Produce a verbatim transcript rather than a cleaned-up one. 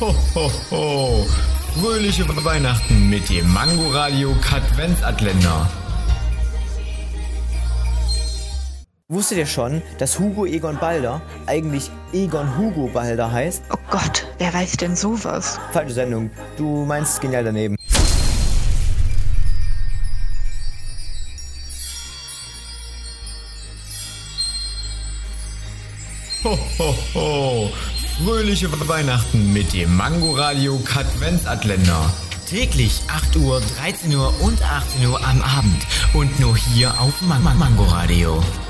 Ho, ho, ho. Fröhliche Weihnachten mit dem Mangoradio Katwenzatländer. Wusstet ihr schon, dass Hugo Egon Balder eigentlich Egon Hugo Balder heißt? Oh Gott, wer weiß denn sowas? Falsche Sendung. Du meinst genial daneben. Ho, ho, ho. Fröhliche Weihnachten mit dem Mangoradio Katwenzatländer. Täglich acht Uhr, dreizehn Uhr und achtzehn Uhr am Abend. Und nur hier auf Man- Man- Mangoradio.